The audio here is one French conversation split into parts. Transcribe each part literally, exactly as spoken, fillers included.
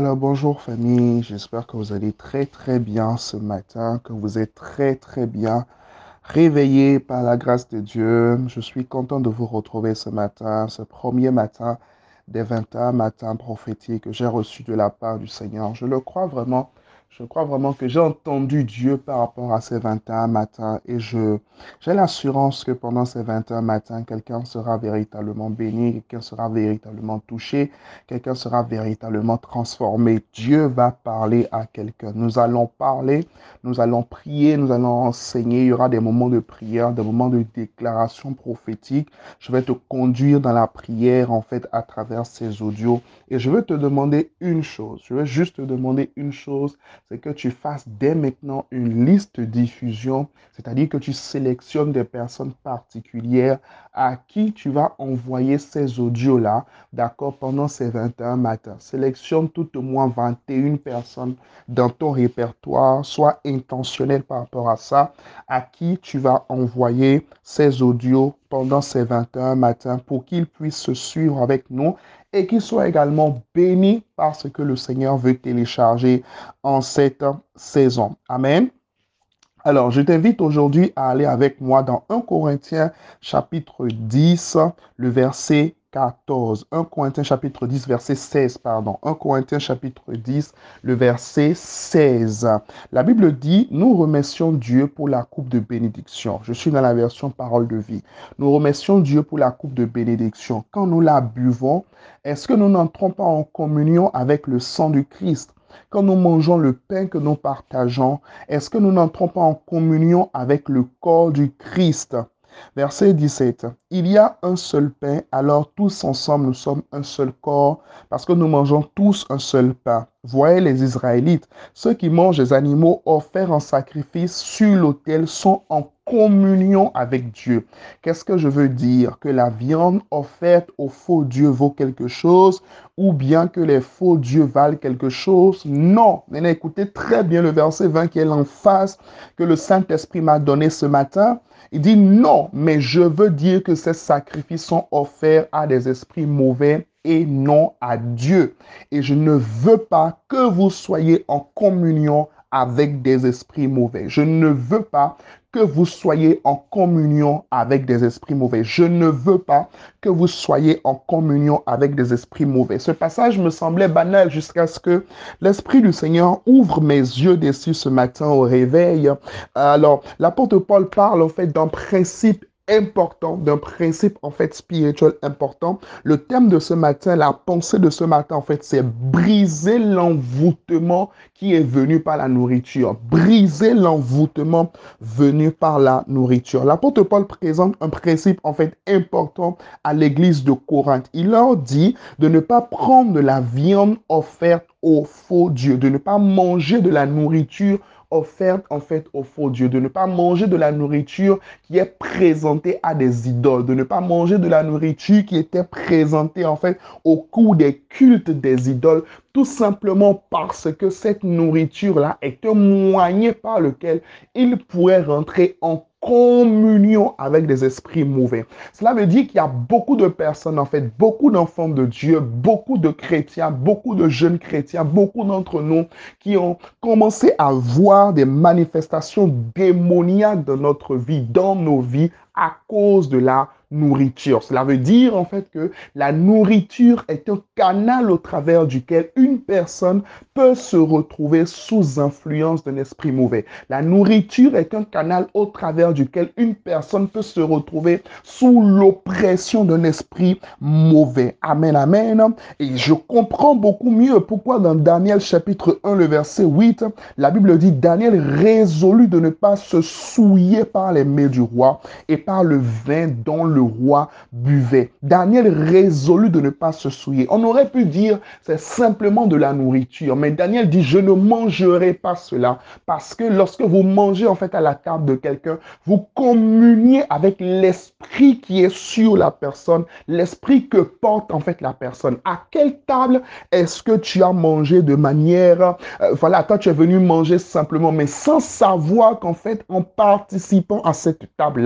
Alors bonjour famille, j'espère que vous allez très très bien ce matin, que vous êtes très très bien réveillés par la grâce de Dieu. Je suis content de vous retrouver ce matin, ce premier matin des vingt ans matins prophétiques que j'ai reçus de la part du Seigneur. Je le crois vraiment, je crois vraiment que j'ai entendu Dieu par rapport à ces vingt ans matins et je j'ai l'assurance que pendant ces vingt ans matins, quelqu'un sera véritablement béni, quelqu'un sera véritablement touché, quelqu'un sera véritablement transformé. Dieu va parler à quelqu'un. Nous allons parler, nous allons prier, nous allons enseigner. Il y aura des moments de prière, des moments de déclaration prophétique. Je vais te conduire dans la prière, en fait, à travers ces audios. Et je veux te demander une chose. Je veux juste te demander une chose, c'est que tu fasses dès maintenant une liste de diffusion, c'est-à-dire que tu sélectionnes des personnes particulières à qui tu vas envoyer ces audios-là, d'accord, pendant ces vingt et un matins. Sélectionne tout au moins vingt et une personnes dans ton répertoire, sois intentionnel par rapport à ça, à qui tu vas envoyer ces audios pendant ces vingt et un matins pour qu'ils puissent se suivre avec nous et qu'ils soient également bénis par ce que le Seigneur veut télécharger en cette saison. Amen. Alors, je t'invite aujourd'hui à aller avec moi dans un Corinthiens chapitre dix, le verset quatorze. un Corinthiens chapitre dix, verset seize, pardon. un Corinthiens chapitre dix, le verset seize. La Bible dit, nous remercions Dieu pour la coupe de bénédiction. Je suis dans la version parole de vie. Nous remercions Dieu pour la coupe de bénédiction. Quand nous la buvons, est-ce que nous n'entrons pas en communion avec le sang du Christ? Quand nous mangeons le pain que nous partageons, est-ce que nous n'entrons pas en communion avec le corps du Christ? Verset dix-sept. Il y a un seul pain, alors tous ensemble nous sommes un seul corps, parce que nous mangeons tous un seul pain. Voyez les Israélites, ceux qui mangent des animaux offerts en sacrifice sur l'autel sont en communion avec Dieu. Qu'est-ce que je veux dire? Que la viande offerte au faux Dieu vaut quelque chose ou bien que les faux dieux valent quelque chose? Non. Mais écoutez très bien le verset vingt qui est l'emphase que le Saint-Esprit m'a donné ce matin. Il dit non, mais je veux dire que ces sacrifices sont offerts à des esprits mauvais et non à Dieu. Et je ne veux pas que vous soyez en communion avec des esprits mauvais. Je ne veux pas que vous soyez en communion avec des esprits mauvais. Je ne veux pas que vous soyez en communion avec des esprits mauvais. Ce passage me semblait banal jusqu'à ce que l'Esprit du Seigneur ouvre mes yeux dessus ce matin au réveil. Alors, l'apôtre Paul parle en fait d'un principe important, d'un principe en fait spirituel important. Le thème de ce matin, la pensée de ce matin en fait, c'est briser l'envoûtement qui est venu par la nourriture. Briser l'envoûtement venu par la nourriture. L'apôtre Paul présente un principe en fait important à l'église de Corinthe. Il leur dit de ne pas prendre de la viande offerte aux faux dieux, de ne pas manger de la nourriture offerte en fait aux faux dieux, de ne pas manger de la nourriture qui est présentée à des idoles, de ne pas manger de la nourriture qui était présentée en fait au cours des cultes des idoles, tout simplement parce que cette nourriture-là est un moyen par lequel il pourrait rentrer en communion avec des esprits mauvais. Cela veut dire qu'il y a beaucoup de personnes, en fait, beaucoup d'enfants de Dieu, beaucoup de chrétiens, beaucoup de jeunes chrétiens, beaucoup d'entre nous qui ont commencé à voir des manifestations démoniaques dans notre vie, dans nos vies, à cause de la nourriture. Cela veut dire en fait que la nourriture est un canal au travers duquel une personne peut se retrouver sous influence d'un esprit mauvais. La nourriture est un canal au travers duquel une personne peut se retrouver sous l'oppression d'un esprit mauvais. Amen, amen. Et je comprends beaucoup mieux pourquoi dans Daniel chapitre un, le verset huit, la Bible dit Daniel résolut de ne pas se souiller par les mets du roi et par le vin dont le roi buvait. Daniel résolut de ne pas se souiller. On aurait pu dire c'est simplement de la nourriture, mais Daniel dit je ne mangerai pas cela parce que lorsque vous mangez en fait à la table de quelqu'un, vous communiez avec l'esprit qui est sur la personne, l'esprit que porte en fait la personne. À quelle table est-ce que tu as mangé de manière, euh, voilà, toi tu es venu manger simplement, mais sans savoir qu'en fait en participant à cette table-là,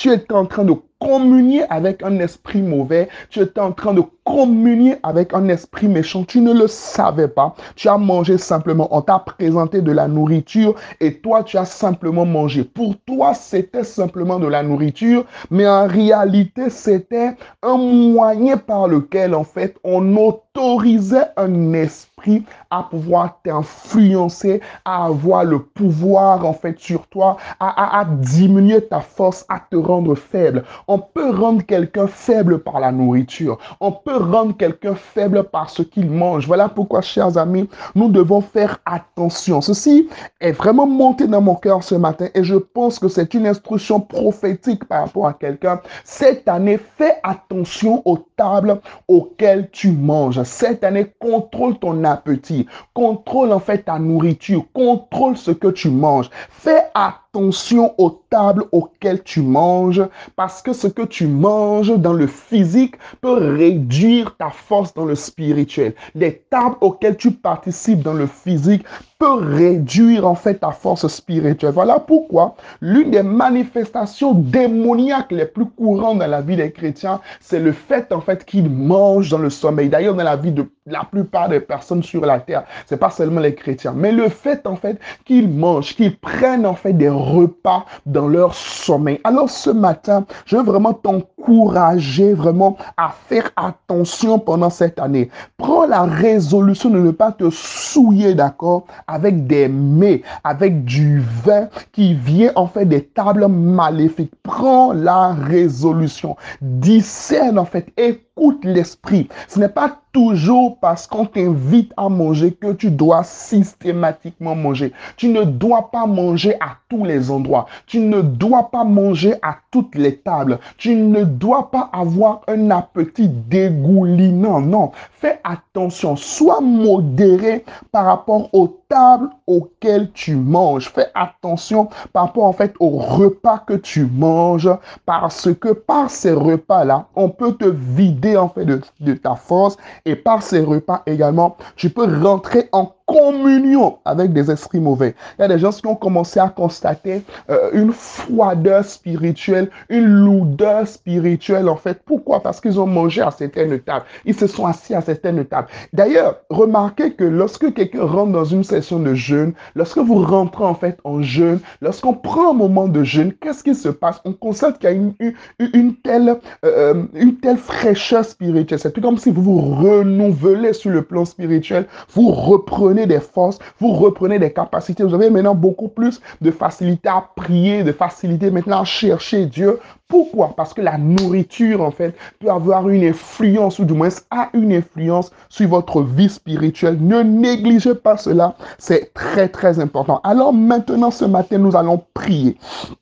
tu étais en train de communier avec un esprit mauvais, tu étais en train de communier avec un esprit méchant, tu ne le savais pas, tu as mangé simplement, on t'a présenté de la nourriture et toi tu as simplement mangé. Pour toi c'était simplement de la nourriture, mais en réalité c'était un moyen par lequel en fait on autorisait un esprit à pouvoir t'influencer, à avoir le pouvoir en fait sur toi, à, à, à diminuer ta force, à te rendre faible. On peut rendre quelqu'un faible par la nourriture. On peut rendre quelqu'un faible par ce qu'il mange. Voilà pourquoi, chers amis, nous devons faire attention. Ceci est vraiment monté dans mon cœur ce matin et je pense que c'est une instruction prophétique par rapport à quelqu'un. Cette année, fais attention aux tables auxquelles tu manges. Cette année, contrôle ton appétit. Contrôle en fait ta nourriture. Contrôle ce que tu manges. Fais attention aux tables auxquelles tu manges parce que ce que tu manges dans le physique peut réduire ta force dans le spirituel. Les tables auxquelles tu participes dans le physique peut réduire en fait ta force spirituelle. Voilà pourquoi l'une des manifestations démoniaques les plus courantes dans la vie des chrétiens, c'est le fait en fait qu'ils mangent dans le sommeil. D'ailleurs, dans la vie de la plupart des personnes sur la terre, c'est pas seulement les chrétiens, mais le fait en fait qu'ils mangent, qu'ils prennent en fait des repas dans leur sommeil. Alors ce matin, je veux vraiment t'encourager vraiment à faire attention pendant cette année. Prends la résolution de ne pas te souiller, d'accord, avec des mets, avec du vin qui vient en fait des tables maléfiques. Prends la résolution. Discerne en fait, écoute l'esprit. Ce n'est pas toujours parce qu'on t'invite à manger que tu dois systématiquement manger. Tu ne dois pas manger à tous les endroits. Tu ne dois pas manger à toutes les tables. Tu ne dois pas avoir un appétit dégoulinant. Non, fais attention. Sois modéré par rapport aux tables auxquelles tu manges. Fais attention par rapport en fait au repas que tu manges parce que par ces repas-là, on peut te vider en fait de, de ta force et par ces repas également, tu peux rentrer en communion avec des esprits mauvais. Il y a des gens qui ont commencé à constater euh, une froideur spirituelle, une lourdeur spirituelle en fait. Pourquoi? Parce qu'ils ont mangé à certaines tables. Ils se sont assis à certaines tables. D'ailleurs, remarquez que lorsque quelqu'un rentre dans une session de jeûne, lorsque vous rentrez en fait en jeûne, lorsqu'on prend un moment de jeûne, qu'est-ce qui se passe? On constate qu'il y a une, une, une, telle, euh, une telle fraîcheur spirituelle. C'est tout comme si vous vous renouvelez sur le plan spirituel, vous reprenez des forces, vous reprenez des capacités. Vous avez maintenant beaucoup plus de facilité à prier, de facilité maintenant à chercher Dieu. Pourquoi? Parce que la nourriture, en fait, peut avoir une influence, ou du moins a une influence sur votre vie spirituelle. Ne négligez pas cela, c'est très, très important. Alors maintenant, ce matin, nous allons prier.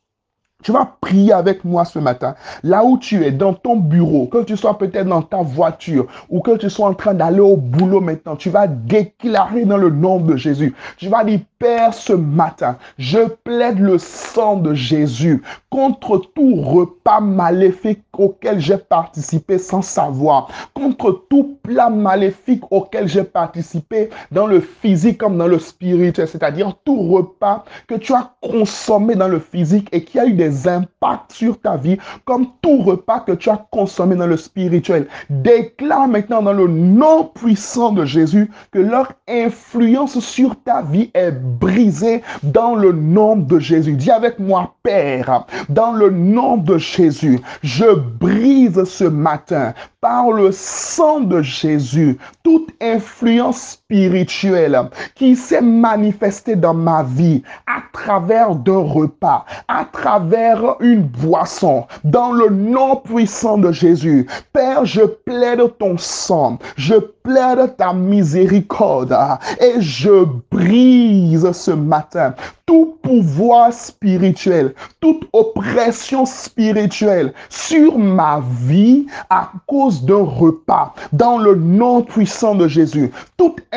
Tu vas prier avec moi ce matin, là où tu es, dans ton bureau, que tu sois peut-être dans ta voiture ou que tu sois en train d'aller au boulot maintenant. Tu vas déclarer dans le nom de Jésus. Tu vas dire, Père, ce matin, je plaide le sang de Jésus contre tout repas maléfique auquel j'ai participé sans savoir, contre tout plat maléfique auquel j'ai participé dans le physique comme dans le spirituel, c'est-à-dire tout repas que tu as consommé dans le physique et qui a eu des impacts sur ta vie, comme tout repas que tu as consommé dans le spirituel. Déclare maintenant dans le nom puissant de Jésus que leur influence sur ta vie est brisée dans le nom de Jésus. Dis avec moi, Père, dans le nom de Jésus, je brise ce matin par le sang de Jésus toute influence spirituelle qui s'est manifestée dans ma vie à travers d'un repas, à travers une boisson, dans le nom puissant de Jésus. Père, je plaide ton sang, je plaide ta miséricorde et je brise ce matin tout pouvoir spirituel, toute oppression spirituelle sur ma vie à cause d'un repas, dans le nom puissant de Jésus. Toute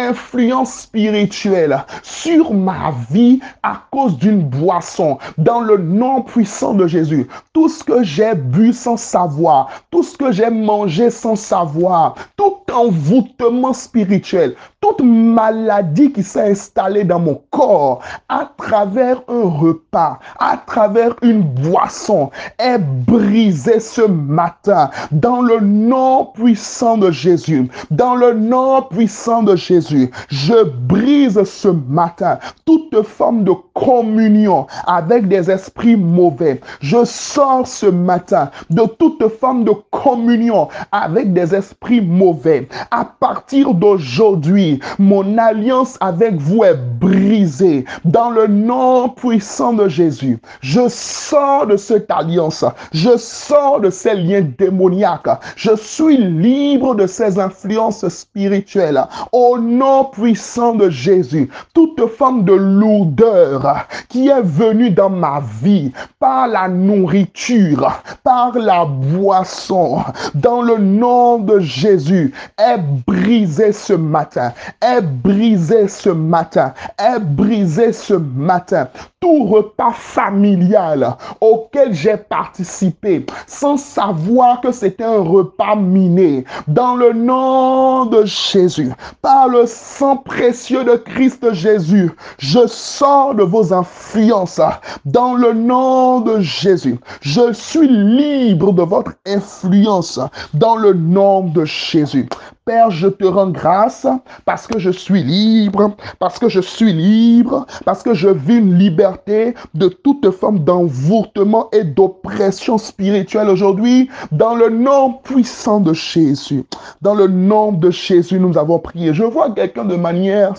influence spirituelle sur ma vie à cause d'une boisson. Dans le nom puissant de Jésus, tout ce que j'ai bu sans savoir, tout ce que j'ai mangé sans savoir, tout envoûtement spirituel, toute maladie qui s'est installée dans mon corps à travers un repas, à travers une boisson, est brisée ce matin dans le nom puissant de Jésus. Dans le nom puissant de Jésus, je brise ce matin toute forme de communion avec des esprits mauvais. Je sors ce matin de toute forme de communion avec des esprits mauvais. À partir d'aujourd'hui, mon alliance avec vous est brisée. Dans le nom puissant de Jésus, je sors de cette alliance. Je sors de ces liens démoniaques. Je suis libre de ces influences spirituelles. Au nom puissant de Jésus, toute forme de lourdeur qui est venue dans ma vie par la nourriture, par la boisson, dans le nom de Jésus, est brisée ce matin, est brisée ce matin, est brisée ce matin. Tout repas familial auquel j'ai participé sans savoir que c'était un repas miné, dans le nom de Jésus, par le sang précieux de Christ Jésus, je sors de vos influences dans le nom de Jésus. Je suis libre de votre influence dans le nom de Jésus. Père, je te rends grâce parce que je suis libre, parce que je suis libre, parce que je vis une liberté de toute forme d'envoûtement et d'oppression spirituelle aujourd'hui, dans le nom puissant de Jésus. Dans le nom de Jésus, nous avons prié. Je vois quelqu'un de manière...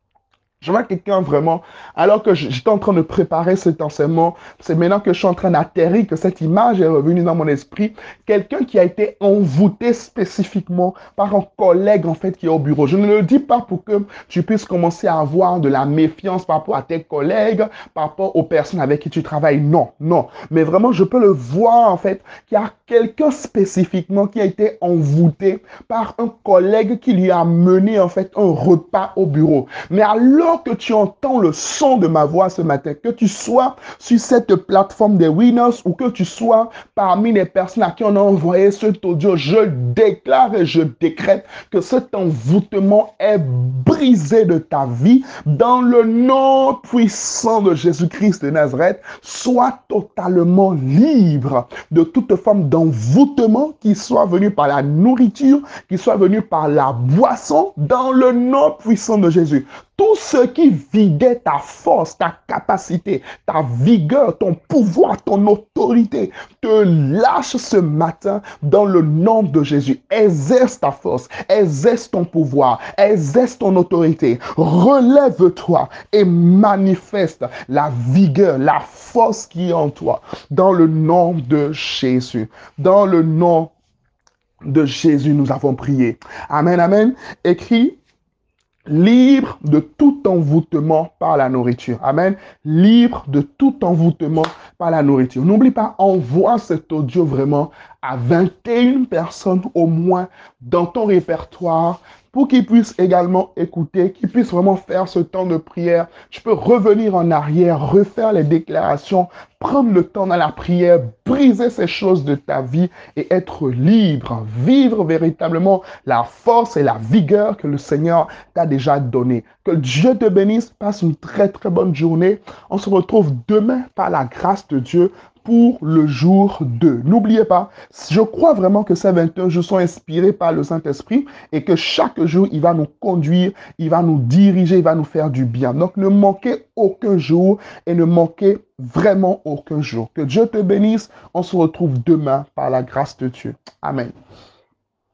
Je vois quelqu'un vraiment, alors que j'étais en train de préparer cet enseignement, c'est maintenant que je suis en train d'atterrir que cette image est revenue dans mon esprit. Quelqu'un qui a été envoûté spécifiquement par un collègue en fait qui est au bureau. Je ne le dis pas pour que tu puisses commencer à avoir de la méfiance par rapport à tes collègues, par rapport aux personnes avec qui tu travailles. Non, non. Mais vraiment, je peux le voir en fait qu'il y a quelqu'un spécifiquement qui a été envoûté par un collègue qui lui a mené en fait un repas au bureau. Mais alors que tu entends le son de ma voix ce matin, que tu sois sur cette plateforme des Winners ou que tu sois parmi les personnes à qui on a envoyé cet audio, je déclare et je décrète que cet envoûtement est brisé de ta vie dans le nom puissant de Jésus-Christ de Nazareth. Sois totalement libre de toute forme d'envoûtement qui soit venu par la nourriture, qui soit venu par la boisson, dans le nom puissant de Jésus. Tout ce qui vidait ta force, ta capacité, ta vigueur, ton pouvoir, ton autorité, te lâche ce matin dans le nom de Jésus. Exerce ta force, exerce ton pouvoir, exerce ton autorité. Relève-toi et manifeste la vigueur, la force qui est en toi. Dans le nom de Jésus. Dans le nom de Jésus, nous avons prié. Amen, amen. Écrit. Libre de tout envoûtement par la nourriture. Amen. Libre de tout envoûtement par la nourriture. N'oublie pas, envoie cet audio vraiment à vingt et une personnes au moins dans ton répertoire pour qu'ils puissent également écouter, qu'ils puissent vraiment faire ce temps de prière. Tu peux revenir en arrière, refaire les déclarations, prendre le temps dans la prière, briser ces choses de ta vie et être libre, vivre véritablement la force et la vigueur que le Seigneur t'a déjà donnée. Que Dieu te bénisse, passe une très très bonne journée. On se retrouve demain par la grâce de Dieu pour le jour deux. N'oubliez pas, je crois vraiment que ces vingt et un jours sont inspirés par le Saint-Esprit et que chaque jour, il va nous conduire, il va nous diriger, il va nous faire du bien. Donc, ne manquez aucun jour et ne manquez vraiment aucun jour. Que Dieu te bénisse. On se retrouve demain par la grâce de Dieu. Amen.